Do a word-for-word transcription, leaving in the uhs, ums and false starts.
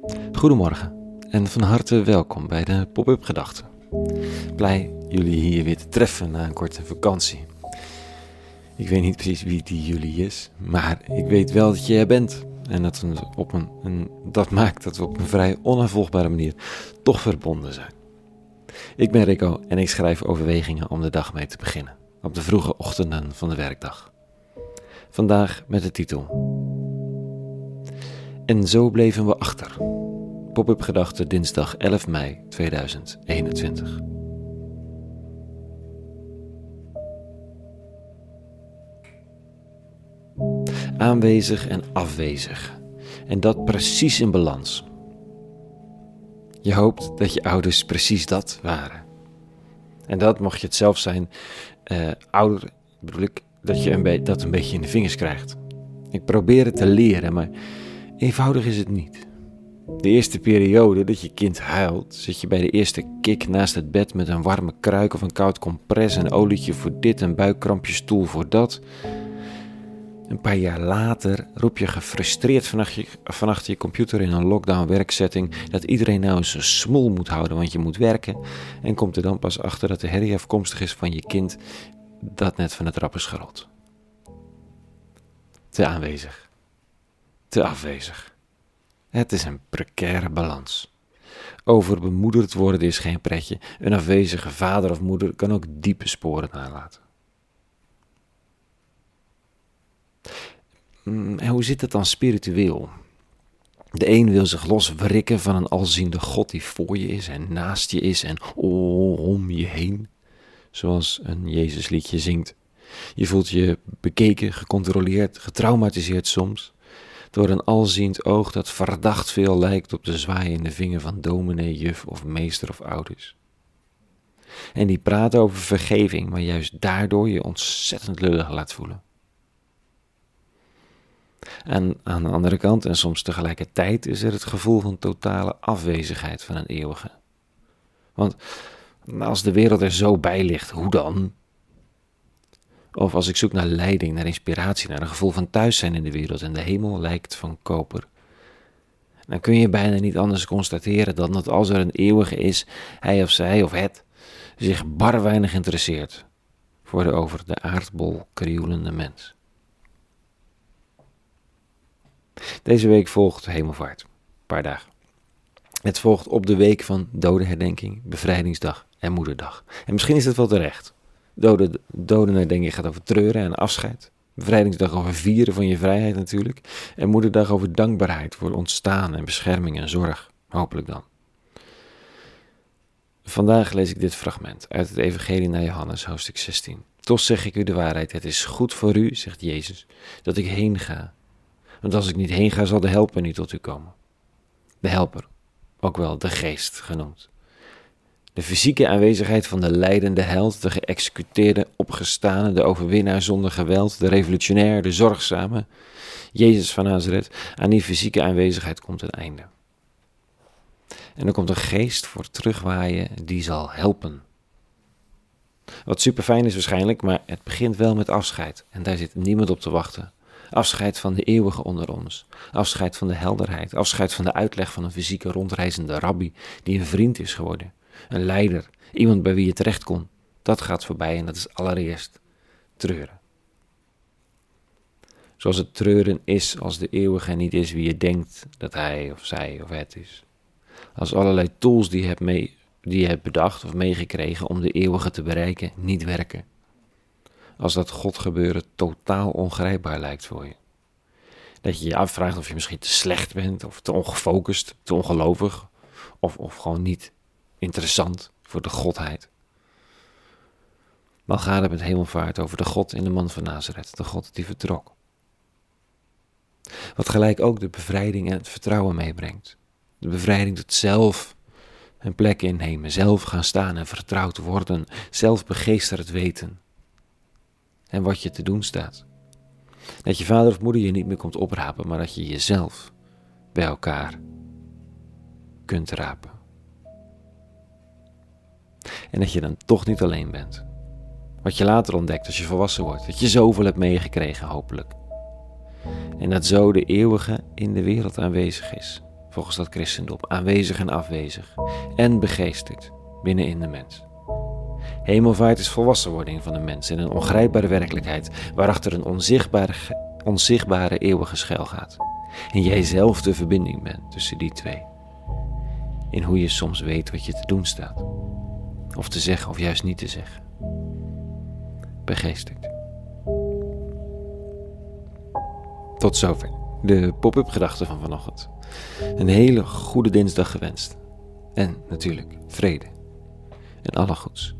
Goedemorgen en van harte welkom bij de Pop-up Gedachten. Blij jullie hier weer te treffen na een korte vakantie. Ik weet niet precies wie die jullie is, maar ik weet wel dat je er bent. En dat, we op een, een, dat maakt dat we op een vrij onafvolgbare manier toch verbonden zijn. Ik ben Rico en ik schrijf overwegingen om de dag mee te beginnen. Op de vroege ochtenden van de werkdag. Vandaag met de titel: En zo bleven we achter. Pop-up Gedachten dinsdag elf mei tweeduizend eenentwintig. Aanwezig en afwezig. En dat precies in balans. Je hoopt dat je ouders precies dat waren. En dat, mocht je het zelf zijn, uh, ouder, bedoel ik, dat je een be- dat een beetje in de vingers krijgt. Ik probeer het te leren, maar eenvoudig is het niet. De eerste periode dat je kind huilt, zit je bij de eerste kik naast het bed met een warme kruik of een koud compress, een olietje voor dit, een buikkrampjestoel voor dat. Een paar jaar later roep je gefrustreerd van achter je, van achter je computer in een lockdown werksetting dat iedereen nou eens een smoel moet houden, want je moet werken, en komt er dan pas achter dat de herrie afkomstig is van je kind dat net van het rap is gerold. Te aanwezig. Te afwezig. Het is een precaire balans. Overbemoederd worden is geen pretje. Een afwezige vader of moeder kan ook diepe sporen nalaten. En hoe zit het dan spiritueel? De een wil zich loswrikken van een alziende God die voor je is en naast je is en om je heen. Zoals een Jezusliedje zingt. Je voelt je bekeken, gecontroleerd, getraumatiseerd soms. Door een alziend oog dat verdacht veel lijkt op de zwaaiende vinger van dominee, juf of meester of ouders. En die praten over vergeving, maar juist daardoor je ontzettend lullig laat voelen. En aan de andere kant, en soms tegelijkertijd, is er het gevoel van totale afwezigheid van een eeuwige. Want als de wereld er zo bij ligt, hoe dan? Of als ik zoek naar leiding, naar inspiratie, naar een gevoel van thuis zijn in de wereld en de hemel lijkt van koper, dan kun je bijna niet anders constateren dan dat als er een eeuwige is, hij of zij of het zich bar weinig interesseert voor de over de aardbol krioelende mens. Deze week volgt Hemelvaart, een paar dagen. Het volgt op de week van Dodenherdenking, Bevrijdingsdag en Moederdag. En misschien is het wel terecht. Doden, dodenherdenking gaat over treuren en afscheid. Bevrijdingsdag over vieren van je vrijheid natuurlijk. En Moederdag over dankbaarheid voor ontstaan en bescherming en zorg. Hopelijk dan. Vandaag lees ik dit fragment uit het Evangelie naar Johannes, hoofdstuk zestien. Toch zeg ik u de waarheid, het is goed voor u, zegt Jezus, dat ik heen ga. Want als ik niet heen ga, zal de helper niet tot u komen. De helper, ook wel de geest genoemd. De fysieke aanwezigheid van de lijdende held, de geëxecuteerde opgestane, de overwinnaar zonder geweld, de revolutionair, de zorgzame, Jezus van Nazareth. Aan die fysieke aanwezigheid komt een einde. En er komt een geest voor terugwaaien die zal helpen. Wat super fijn is waarschijnlijk, maar het begint wel met afscheid. En daar zit niemand op te wachten. Afscheid van de eeuwige onder ons. Afscheid van de helderheid. Afscheid van de uitleg van een fysieke rondreizende rabbi die een vriend is geworden. Een leider. Iemand bij wie je terecht kon. Dat gaat voorbij en dat is allereerst treuren. Zoals het treuren is als de eeuwige niet is wie je denkt dat hij of zij of het is. Als allerlei tools die je hebt, mee, die je hebt bedacht of meegekregen om de eeuwige te bereiken niet werken. Als dat Godgebeuren totaal ongrijpbaar lijkt voor je. Dat je je afvraagt of je misschien te slecht bent, of te ongefocust, te ongelovig, of, of gewoon niet interessant voor de Godheid. Dan gaat het met Hemelvaart over de God in de man van Nazareth, de God die vertrok. Wat gelijk ook de bevrijding en het vertrouwen meebrengt. De bevrijding tot zelf een plek innemen, zelf gaan staan en vertrouwd worden, zelf begeesterd weten. En wat je te doen staat. Dat je vader of moeder je niet meer komt oprapen, maar dat je jezelf bij elkaar kunt rapen. En dat je dan toch niet alleen bent. Wat je later ontdekt als je volwassen wordt. Dat je zoveel hebt meegekregen, hopelijk. En dat zo de eeuwige in de wereld aanwezig is. volgens dat christendom, aanwezig en afwezig en begeesterd binnenin de mens. Hemelvaart is volwassenwording van de mens in een ongrijpbare werkelijkheid waarachter een onzichtbare, onzichtbare eeuwige schuil gaat. En jij zelf de verbinding bent tussen die twee. In hoe je soms weet wat je te doen staat. Of te zeggen of juist niet te zeggen. Begeesterd. Tot zover de pop-up gedachten van vanochtend. Een hele goede dinsdag gewenst. En natuurlijk vrede en alle goeds.